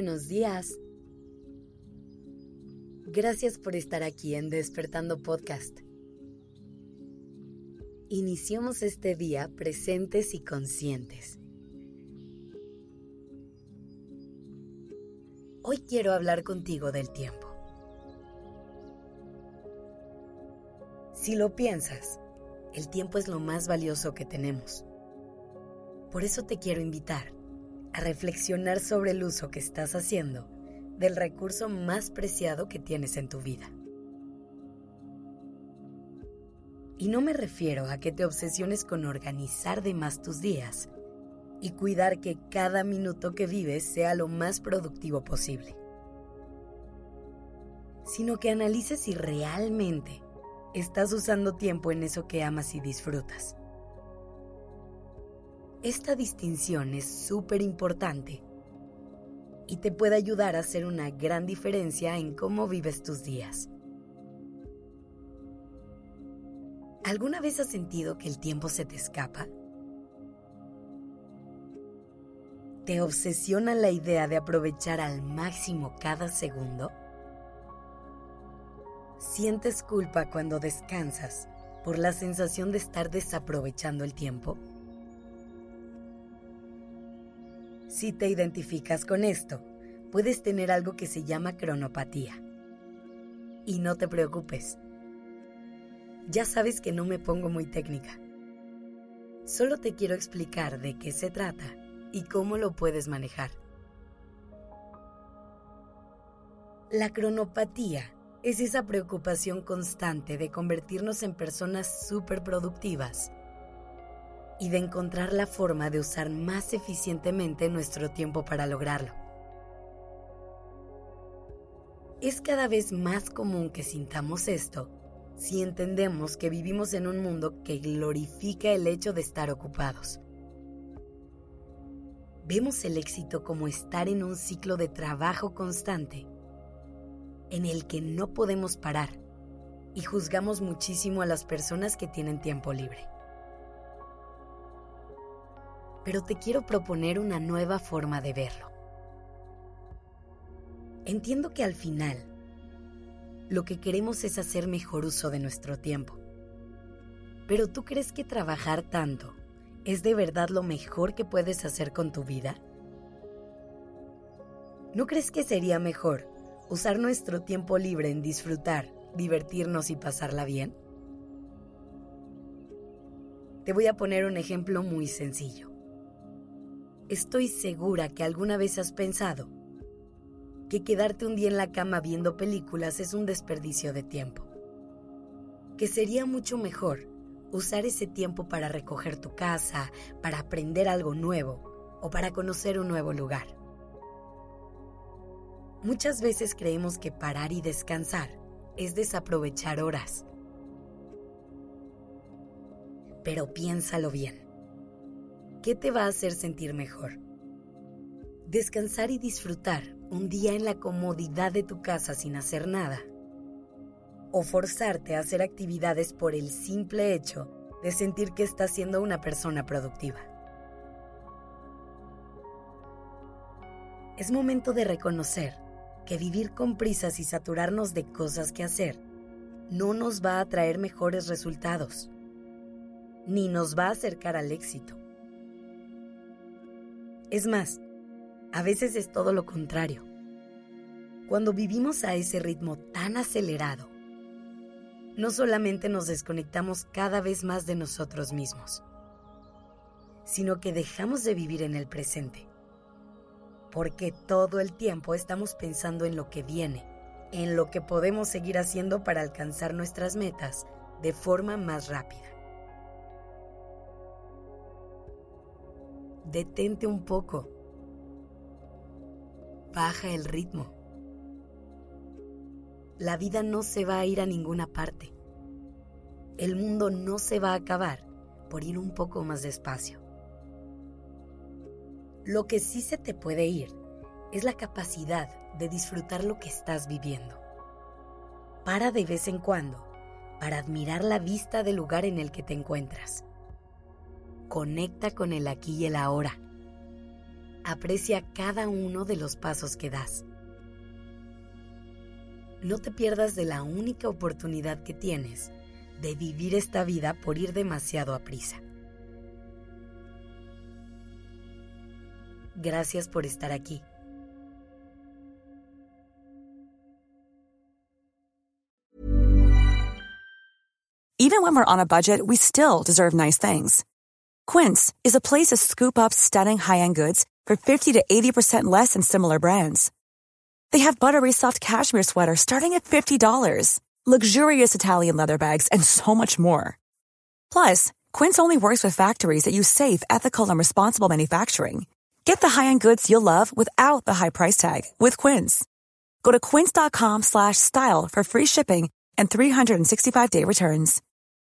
buenos días. Gracias por estar aquí en Despertando Podcast. Iniciemos este día presentes y conscientes. Hoy quiero hablar contigo del tiempo. Si lo piensas, el tiempo es lo más valioso que tenemos. Por eso te quiero invitar a reflexionar sobre el uso que estás haciendo del recurso más preciado que tienes en tu vida. Y no me refiero a que te obsesiones con organizar de más tus días y cuidar que cada minuto que vives sea lo más productivo posible, sino que analices si realmente estás usando tiempo en eso que amas y disfrutas. Esta distinción es súper importante y te puede ayudar a hacer una gran diferencia en cómo vives tus días. ¿Alguna vez has sentido que el tiempo se te escapa? ¿Te obsesiona la idea de aprovechar al máximo cada segundo? ¿Sientes culpa cuando descansas por la sensación de estar desaprovechando el tiempo? Si te identificas con esto, puedes tener algo que se llama cronopatía. Y no te preocupes. Ya sabes que no me pongo muy técnica. Solo te quiero explicar de qué se trata y cómo lo puedes manejar. La cronopatía es esa preocupación constante de convertirnos en personas súper productivas y de encontrar la forma de usar más eficientemente nuestro tiempo para lograrlo. Es cada vez más común que sintamos esto si entendemos que vivimos en un mundo que glorifica el hecho de estar ocupados. Vemos el éxito como estar en un ciclo de trabajo constante en el que no podemos parar y juzgamos muchísimo a las personas que tienen tiempo libre. Pero te quiero proponer una nueva forma de verlo. Entiendo que al final, lo que queremos es hacer mejor uso de nuestro tiempo. Pero ¿tú crees que trabajar tanto es de verdad lo mejor que puedes hacer con tu vida? ¿No crees que sería mejor usar nuestro tiempo libre en disfrutar, divertirnos y pasarla bien? Te voy a poner un ejemplo muy sencillo. Estoy segura que alguna vez has pensado que quedarte un día en la cama viendo películas es un desperdicio de tiempo. Que sería mucho mejor usar ese tiempo para recoger tu casa, para aprender algo nuevo o para conocer un nuevo lugar. Muchas veces creemos que parar y descansar es desaprovechar horas. Pero piénsalo bien. ¿Qué te va a hacer sentir mejor? ¿Descansar y disfrutar un día en la comodidad de tu casa sin hacer nada? ¿O forzarte a hacer actividades por el simple hecho de sentir que estás siendo una persona productiva? Es momento de reconocer que vivir con prisas y saturarnos de cosas que hacer no nos va a traer mejores resultados, ni nos va a acercar al éxito. Es más, a veces es todo lo contrario. Cuando vivimos a ese ritmo tan acelerado, no solamente nos desconectamos cada vez más de nosotros mismos, sino que dejamos de vivir en el presente. Porque todo el tiempo estamos pensando en lo que viene, en lo que podemos seguir haciendo para alcanzar nuestras metas de forma más rápida. Detente un poco. Baja el ritmo. La vida no se va a ir a ninguna parte. El mundo no se va a acabar por ir un poco más despacio. Lo que sí se te puede ir es la capacidad de disfrutar lo que estás viviendo. Para de vez en cuando para admirar la vista del lugar en el que te encuentras. Conecta con el aquí y el ahora. Aprecia cada uno de los pasos que das. No te pierdas de la única oportunidad que tienes de vivir esta vida por ir demasiado a prisa. Gracias por estar aquí. Even when we're on a budget, we still deserve nice things. Quince is a place to scoop up stunning high-end goods for 50 to 80% less than similar brands. They have buttery soft cashmere sweaters starting at $50, luxurious Italian leather bags, and so much more. Plus, Quince only works with factories that use safe, ethical, and responsible manufacturing. Get the high-end goods you'll love without the high price tag with Quince. Go to quince.com/style for free shipping and 365-day returns.